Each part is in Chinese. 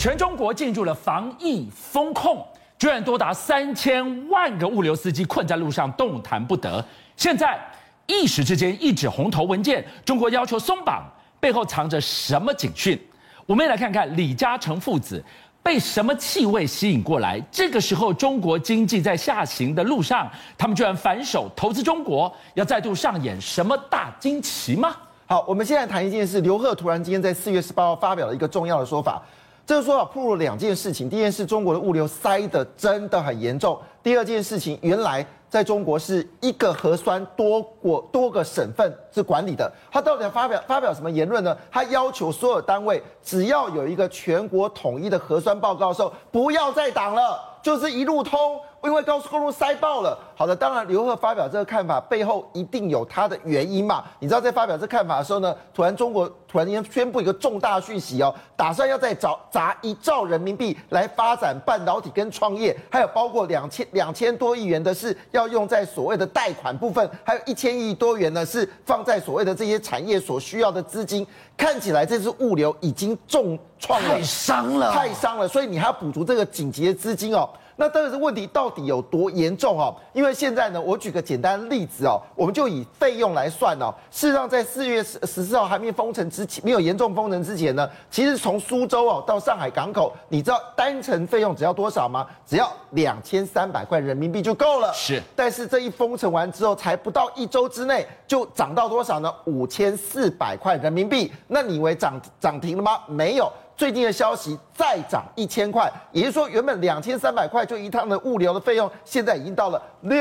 全中国进入了防疫封控，居然多达3000万个物流司机困在路上，动弹不得。现在一时之间一纸红头文件，中国要求松绑，背后藏着什么警讯？我们也来看看李嘉诚父子被什么气味吸引过来。这个时候，中国经济在下行的路上，他们居然反手投资中国，要再度上演什么大惊奇吗？ 好，我们现在谈一件事。刘鹤突然今天在4月18号发表了一个重要的说法，这个说法暴露了2件事情。第一件事，中国的物流塞得真的很严重；第二件事情，原来在中国是一个核酸多个省份是管理的。他到底要发表什么言论呢？他要求所有单位只要有一个全国统一的核酸报告的时候，不要再挡了，就是一路通。因为高速公路塞爆了。好的，当然刘鹤发表这个看法背后一定有他的原因嘛。你知道在发表这看法的时候呢，中国突然间宣布一个重大讯息哦，打算要再砸1兆人民币来发展半导体跟创业，还有包括2000多亿元的是要用在所谓的贷款部分，还有1000亿多元呢是放在所谓的这些产业所需要的资金。看起来这次物流已经重创了， 太伤了， 所以你还要补足这个紧急的资金哦。那这个问题到底有多严重哦？因为现在呢，我举个简单的例子哦，我们就以费用来算哦。事实上，在4月14号还没封城之前，没有严重封城之前呢，其实从苏州哦到上海港口，你知道单程费用只要多少吗？只要2300块人民币就够了。 是， 但是这一封城完之后，才不到1周之内就涨到多少呢？5400块人民币。那你以为涨停了吗？没有。最近的消息再涨1000块，也就是说，原本2300块就一趟的物流的费用，现在已经到了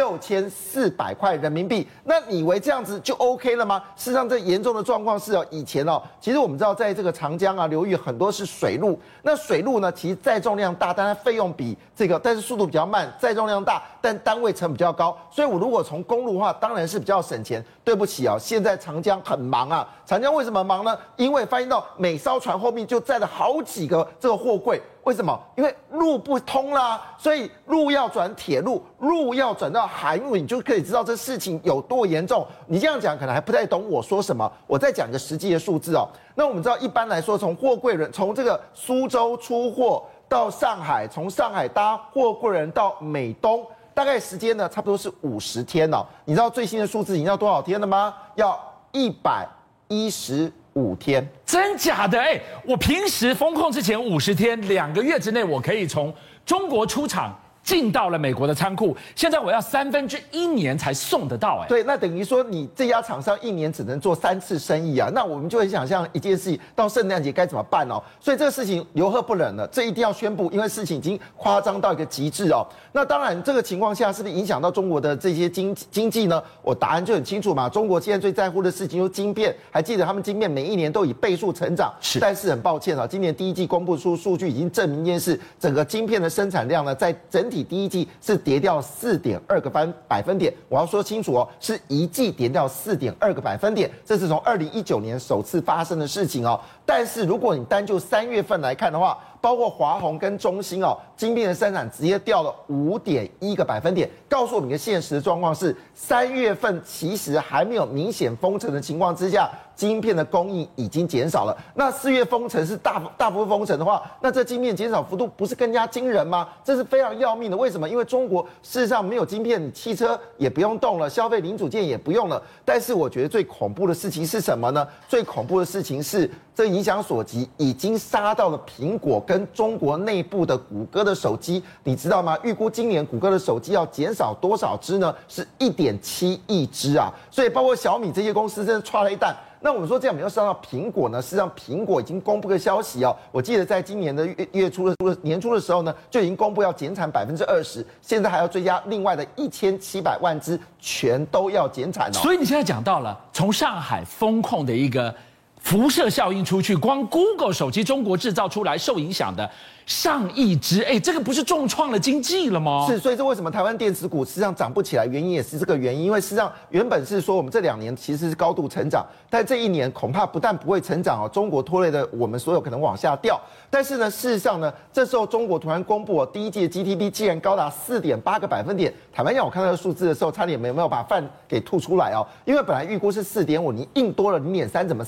6400块人民币。那你以为这样子就 OK 了吗？事实上，这严重的状况是哦，以前哦，其实我们知道，在这个长江啊流域很多是水路，那水路呢，其实载重量大，但它费用比这个，但是速度比较慢，载重量大，但单位成本比较高。所以我如果从公路的话，当然是比较省钱。对不起啊，现在长江很忙啊。长江为什么忙呢？因为发现到每艘船后面就载了好几个这个货柜。为什么？因为路不通啦，所以路要转铁路，路要转到海路，你就可以知道这事情有多严重。你这样讲可能还不太懂我说什么，我再讲一个实际的数字哦。那我们知道，一般来说，从货柜轮从这个苏州出货到上海，从上海搭货柜轮到美东，大概时间呢差不多是50天哦。你知道最新的数字已经要多少天了吗？要115天。 真假的？我平时封控之前50天，2个月之内我可以从中国出厂进到了美国的仓库，现在我要1/3年才送得到。 对，那等于说你这家厂商1年只能做3次生意啊。那我们就会想象一件事情，到圣诞节该怎么办哦？所以这个事情刘鹤不忍了，这一定要宣布，因为事情已经夸张到一个极致哦。那当然，这个情况下是不是影响到中国的这些经济呢？我答案就很清楚嘛。中国现在最在乎的事情就是晶片，还记得他们晶片每一年都以倍数成长，但是很抱歉啊，今年第一季公布出数据已经证明一件事，整个晶片的生产量呢，在整体第一季是跌掉4.2个百分点。我要说清楚哦，是一季跌掉4.2个百分点，这是从2019年首次发生的事情哦。但是如果你单就3月份来看的话，包括华虹跟中芯哦，晶片的生产直接掉了5.1个百分点，告诉我们一个现实的状况是，3月份其实还没有明显封城的情况之下，晶片的供应已经减少了。那4月封城是大部分封城的话，那这晶片减少幅度不是更加惊人吗？这是非常要命的。为什么？因为中国事实上没有晶片，你汽车也不用动了，消费零组件也不用了。但是我觉得最恐怖的事情是什么呢？最恐怖的事情是，这影响所及已经杀到了苹果跟中国内部的谷歌的手机，你知道吗？预估今年谷歌的手机要减少多少只呢？是1.7亿只啊！所以包括小米这些公司真的抓了一弹。那我们说这样没有伤到苹果呢？事实上，苹果已经公布个消息哦，我记得在今年的年初的时候呢，就已经公布要减产20%，现在还要追加另外的1700万只，全都要减产哦。 所以你现在讲到了从上海封控的一个辐射效应出去，光 Google 手机中国制造出来受影响的上亿只，这个不是重创了经济了吗？ 是，所以这为什么台湾电子股实际上涨不起来，原因也是这个原因。因为事实上原本是说我们这2年其实是高度成长，但这1年恐怕不但不会成长哦，中国拖累的我们所有可能往下掉。但是呢，事实上呢，这时候中国突然公布第一季的 GDP 竟然高达4.8个百分点。坦白讲，我看到这个数字的时候，差点没有把饭给吐出来哦。因为本来预估是4.5，你印多了0.3，怎么塞的呢？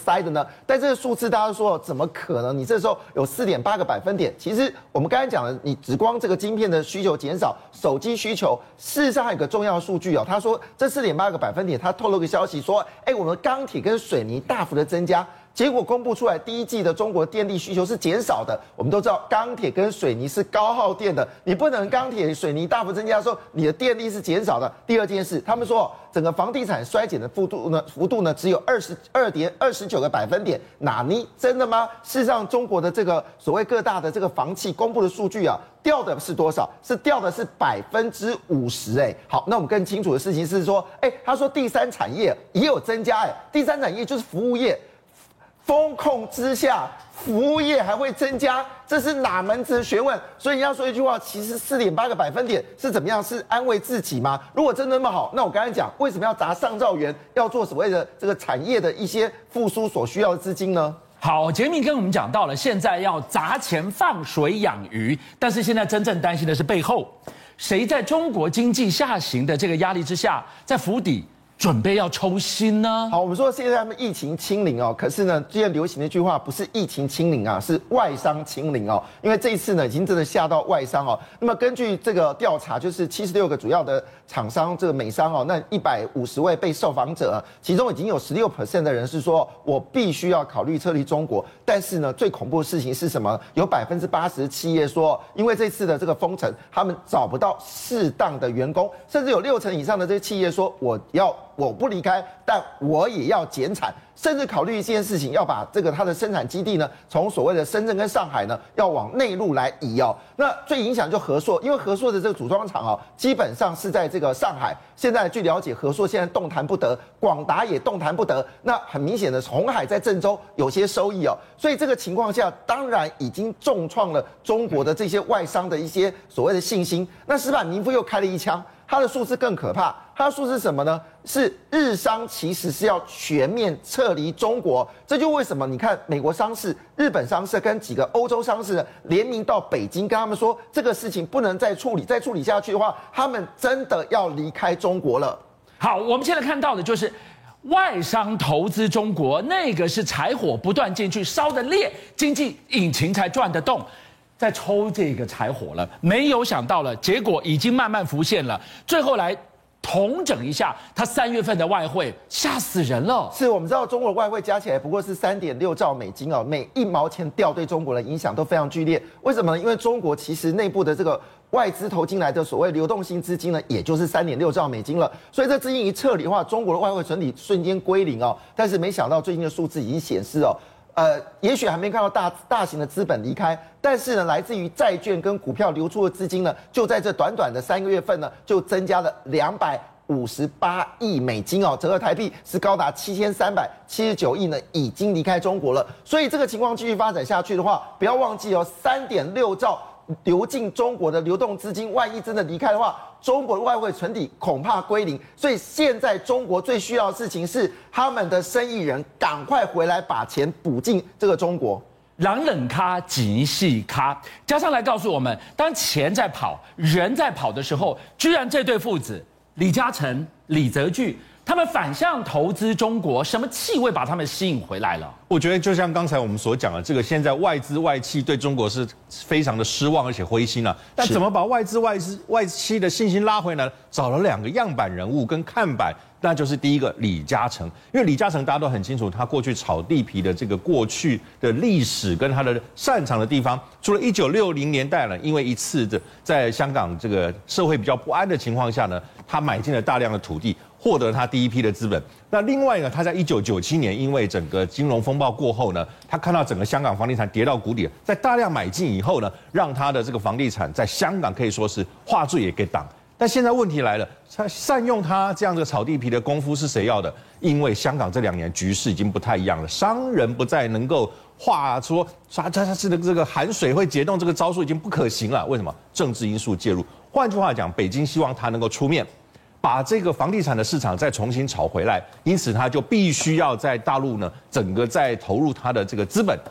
但这个数字大家都说怎么可能？你这时候有4.8个百分点，其实我们刚才讲的，你只光这个晶片的需求减少，手机需求，事实上还有个重要数据哦，他说这4.8个百分点，他透露个消息说，我们钢铁跟水泥大幅的增加。结果公布出来，第一季的中国电力需求是减少的。我们都知道，钢铁跟水泥是高耗电的，你不能钢铁、水泥大幅增加的时候，你的电力是减少的。第二件事，他们说整个房地产衰减的幅度呢，只有22.29个百分点。哪里真的吗？事实上，中国的这个所谓各大的这个房企公布的数据啊，掉的是多少？掉的是50%。好，那我们更清楚的事情是说，他说第三产业也有增加。第三产业就是服务业。风控之下，服务业还会增加，这是哪门子的学问？所以你要说一句话，其实4.8个百分点是怎么样？是安慰自己吗？如果真的那么好，那我刚才讲，为什么要砸上兆元，要做所谓的这个产业的一些复苏所需要的资金呢？ 好，杰明跟我们讲到了，现在要砸钱放水养鱼，但是现在真正担心的是背后，谁在中国经济下行的这个压力之下，在府邸准备要抽薪呢？ 好，我们说现在他们疫情清零哦，可是呢，最近流行的一句话不是疫情清零啊，是外商清零哦。因为这一次呢，已经真的吓到外商哦。那么根据这个调查，就是76个主要的厂商，这个美商哦，那150位被受访者，其中已经有16% 的人是说我必须要考虑撤离中国。但是呢，最恐怖的事情是什么？有80%的企业说，因为这次的这个封城，他们找不到适当的员工，甚至有60%以上的这些企业说我不离开，但我也要减产，甚至考虑一件事情，要把这个它的生产基地呢，从所谓的深圳跟上海呢，要往内陆来移哦。那最影响就和硕，因为和硕的这个组装厂哦，基本上是在这个上海。现在据了解，和硕现在动弹不得，广达也动弹不得。那很明显的，鸿海在郑州有些收益哦，所以这个情况下，当然已经重创了中国的这些外商的一些所谓的信心。那石板民夫又开了一枪。它的数字更可怕，它的数字是什么呢？是日商其实是要全面撤离中国，这就为什么你看美国商事、日本商事跟几个欧洲商事联名到北京，跟他们说这个事情不能再处理下去的话，他们真的要离开中国了。 好，我们现在看到的就是外商投资中国，那个是柴火不断进去，烧得烈，经济引擎才转得动。在抽这个柴火了，没有想到了，结果已经慢慢浮现了。最后来统整一下，他3月份的外汇吓死人了。 是我们知道中国的外汇加起来不过是3.6兆美金哦，每1毛钱掉对中国的影响都非常剧烈。为什么呢？因为中国其实内部的这个外资投进来的所谓流动性资金呢，也就是3.6兆美金了。所以这资金一撤离的话，中国的外汇存底瞬间归零哦。但是没想到最近的数字已经显示哦。也许还没看到大型的资本离开，但是呢，来自于债券跟股票流出的资金呢，就在这短短的3个月份呢，就增加了258亿美金哦，折合台币是高达7379亿呢，已经离开中国了。所以这个情况继续发展下去的话，不要忘记哦，3.6兆流进中国的流动资金，万一真的离开的话，中国的外汇存底恐怕归零。所以现在中国最需要的事情是他们的生意人赶快回来把钱补进这个中国。 狼冷咖、极细咖，加上来告诉我们，当钱在跑、人在跑的时候，居然这对父子李嘉诚、李泽钜，他们反向投资中国，什么气味把他们吸引回来了？ 我觉得就像刚才我们所讲的，这个现在外资外企对中国是非常的失望而且灰心了。但怎么把外资外企的信心拉回来？找了2个样板人物跟看板，那就是第一个李嘉诚，因为李嘉诚大家都很清楚，他过去炒地皮的这个过去的历史跟他的擅长的地方，除了1960年代呢，因为一次的在香港这个社会比较不安的情况下呢，他买进了大量的土地，获得他第一批的资本。那另外呢，他在1997年因为整个金融风暴过后呢，他看到整个香港房地产跌到谷底，在大量买进以后呢，让他的这个房地产在香港可以说是画罪也给挡。但现在问题来了，他善用他这样的炒地皮的功夫是谁要的？因为香港这2年局势已经不太一样了，商人不再能够话说他是的这个含水会结冻这个招数已经不可行了。为什么？政治因素介入。换句话讲，北京希望他能够出面，把这个房地产的市场再重新炒回来，因此他就必须要在大陆呢，整个再投入他的这个资本。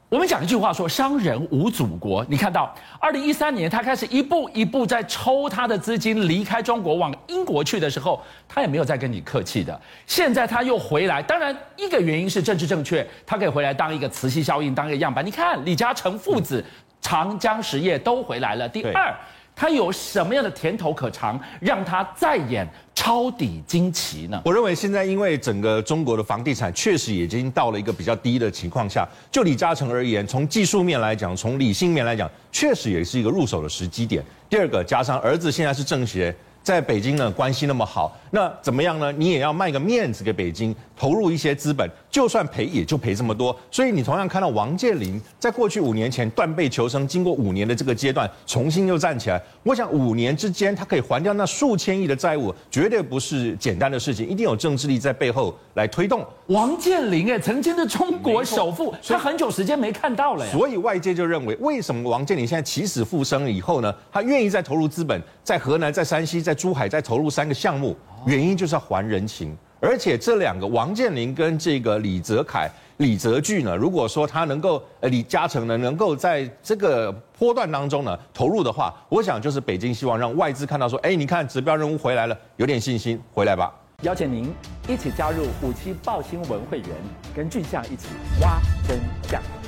我们讲一句话说，商人无祖国。你看到2013年他开始一步一步在抽他的资金离开中国往英国去的时候，他也没有再跟你客气的。现在他又回来，当然一个原因是政治正确，他可以回来当一个磁吸效应，当一个样板。你看李嘉诚父子、长江实业都回来了。第二，他有什么样的甜头可尝，让他再演抄底惊奇呢？ 我认为现在因为整个中国的房地产确实已经到了一个比较低的情况下，就李嘉诚而言，从技术面来讲，从理性面来讲，确实也是一个入手的时机点。第二个，加上儿子现在是政协，在北京呢关系那么好，那怎么样呢？你也要卖个面子给北京，投入一些资本，就算赔也就赔这么多。所以你同样看到王健林在过去5年前断臂求生，经过5年的这个阶段，重新又站起来。我想5年之间，他可以还掉那数千亿的债务，绝对不是简单的事情，一定有政治力在背后来推动。 王健林曾经的中国首富，他很久时间没看到了呀。 所以外界就认为，为什么王健林现在起死复生以后呢？他愿意再投入资本，在河南、在山西、在珠海再投入3个项目，原因就是要还人情。而且这2个王健林跟这个李泽楷、李泽钜呢，如果说他能够李嘉诚呢能够在这个波段当中呢投入的话，我想就是北京希望让外资看到说，你看指标人物回来了，有点信心，回来吧。 邀请您一起加入57爆新闻会员，跟俊相一起挖真相。